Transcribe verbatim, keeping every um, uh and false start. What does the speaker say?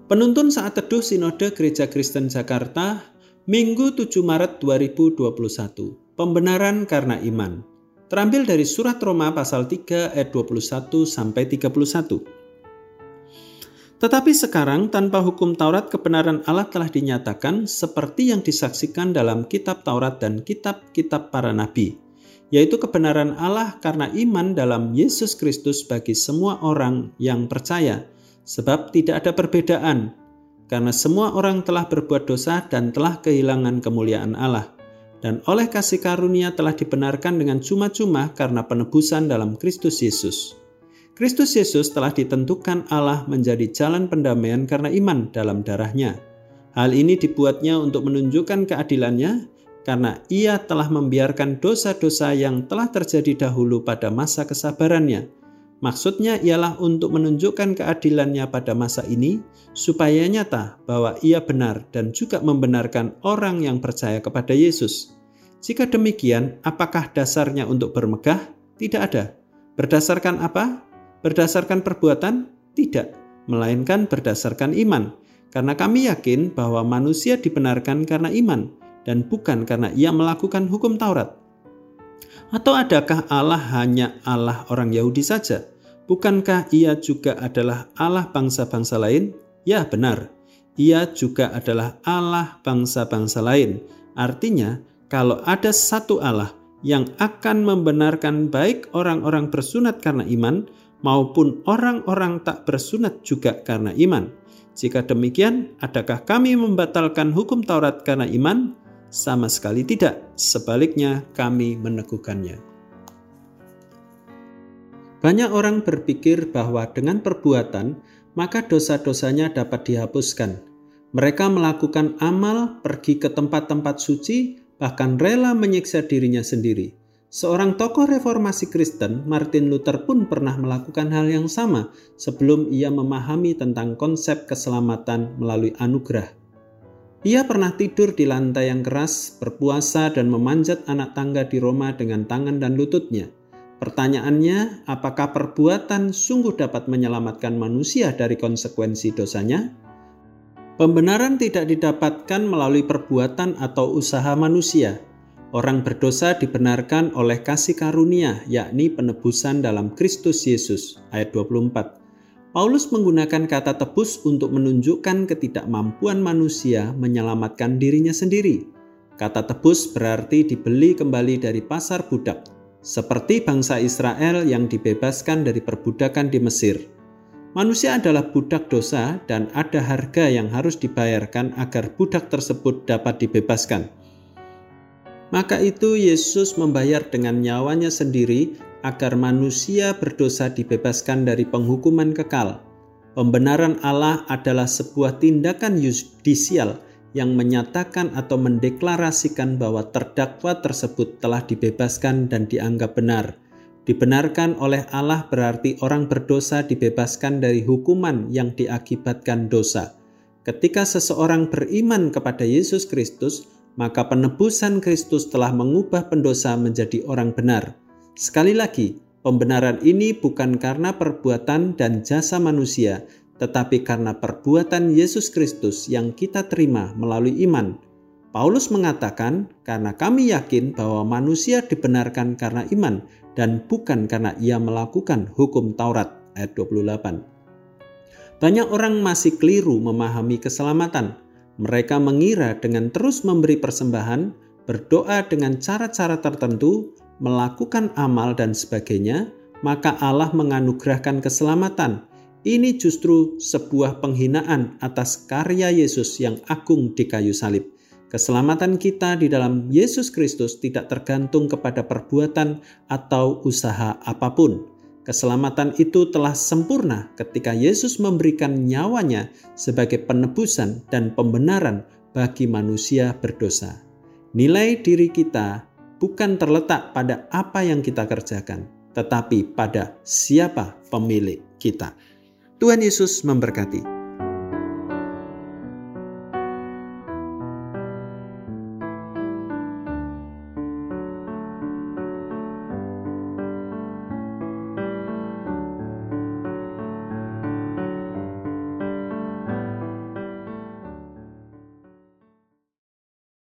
Penuntun Saat Teduh Sinode Gereja Kristen Jakarta, Minggu tujuh Maret dua ribu dua puluh satu. Pembenaran karena iman. Terambil dari surat Roma pasal tiga ayat dua puluh satu sampai tiga puluh satu. Tetapi sekarang tanpa hukum Taurat kebenaran Allah telah dinyatakan seperti yang disaksikan dalam kitab Taurat dan kitab-kitab para nabi, yaitu kebenaran Allah karena iman dalam Yesus Kristus bagi semua orang yang percaya. Sebab tidak ada perbedaan, karena semua orang telah berbuat dosa dan telah kehilangan kemuliaan Allah, dan oleh kasih karunia telah dibenarkan dengan cuma-cuma karena penebusan dalam Kristus Yesus. Kristus Yesus telah ditentukan Allah menjadi jalan pendamaian karena iman dalam darahnya. Hal ini dibuatnya untuk menunjukkan keadilannya, karena ia telah membiarkan dosa-dosa yang telah terjadi dahulu pada masa kesabarannya. Maksudnya ialah untuk menunjukkan keadilannya pada masa ini, supaya nyata bahwa ia benar dan juga membenarkan orang yang percaya kepada Yesus. Jika demikian, apakah dasarnya untuk bermegah? Tidak ada. Berdasarkan apa? Berdasarkan perbuatan? Tidak, melainkan berdasarkan iman. Karena kami yakin bahwa manusia dibenarkan karena iman, dan bukan karena ia melakukan hukum Taurat. Atau adakah Allah hanya Allah orang Yahudi saja? Bukankah ia juga adalah Allah bangsa-bangsa lain? Ya, benar. Ia juga adalah Allah bangsa-bangsa lain. Artinya, kalau ada satu Allah yang akan membenarkan baik orang-orang bersunat karena iman maupun orang-orang tak bersunat juga karena iman. Jika demikian, adakah kami membatalkan hukum Taurat karena iman? Sama sekali tidak. Sebaliknya, kami meneguhkannya. Banyak orang berpikir bahwa dengan perbuatan, maka dosa-dosanya dapat dihapuskan. Mereka melakukan amal, pergi ke tempat-tempat suci, bahkan rela menyiksa dirinya sendiri. Seorang tokoh reformasi Kristen, Martin Luther pun pernah melakukan hal yang sama sebelum ia memahami tentang konsep keselamatan melalui anugerah. Ia pernah tidur di lantai yang keras, berpuasa dan memanjat anak tangga di Roma dengan tangan dan lututnya. Pertanyaannya, apakah perbuatan sungguh dapat menyelamatkan manusia dari konsekuensi dosanya? Pembenaran tidak didapatkan melalui perbuatan atau usaha manusia. Orang berdosa dibenarkan oleh kasih karunia, yakni penebusan dalam Kristus Yesus. Ayat dua puluh empat. Paulus menggunakan kata tebus untuk menunjukkan ketidakmampuan manusia menyelamatkan dirinya sendiri. Kata tebus berarti dibeli kembali dari pasar budak, seperti bangsa Israel yang dibebaskan dari perbudakan di Mesir. Manusia adalah budak dosa dan ada harga yang harus dibayarkan agar budak tersebut dapat dibebaskan. Maka itu Yesus membayar dengan nyawanya sendiri agar manusia berdosa dibebaskan dari penghukuman kekal. Pembenaran Allah adalah sebuah tindakan yudisial yang menyatakan atau mendeklarasikan bahwa terdakwa tersebut telah dibebaskan dan dianggap benar. Dibenarkan oleh Allah berarti orang berdosa dibebaskan dari hukuman yang diakibatkan dosa. Ketika seseorang beriman kepada Yesus Kristus, maka penebusan Kristus telah mengubah pendosa menjadi orang benar. Sekali lagi, pembenaran ini bukan karena perbuatan dan jasa manusia, tetapi karena perbuatan Yesus Kristus yang kita terima melalui iman. Paulus mengatakan, karena kami yakin bahwa manusia dibenarkan karena iman dan bukan karena ia melakukan hukum Taurat. Ayat dua puluh delapan. Banyak orang masih keliru memahami keselamatan. Mereka mengira dengan terus memberi persembahan, berdoa dengan cara-cara tertentu, melakukan amal dan sebagainya, maka Allah menganugerahkan keselamatan. Ini justru sebuah penghinaan atas karya Yesus yang agung di kayu salib. Keselamatan kita di dalam Yesus Kristus tidak tergantung kepada perbuatan atau usaha apapun. Keselamatan itu telah sempurna ketika Yesus memberikan nyawanya sebagai penebusan dan pembenaran bagi manusia berdosa. Nilai diri kita bukan terletak pada apa yang kita kerjakan, tetapi pada siapa pemilik kita. Tuhan Yesus memberkati.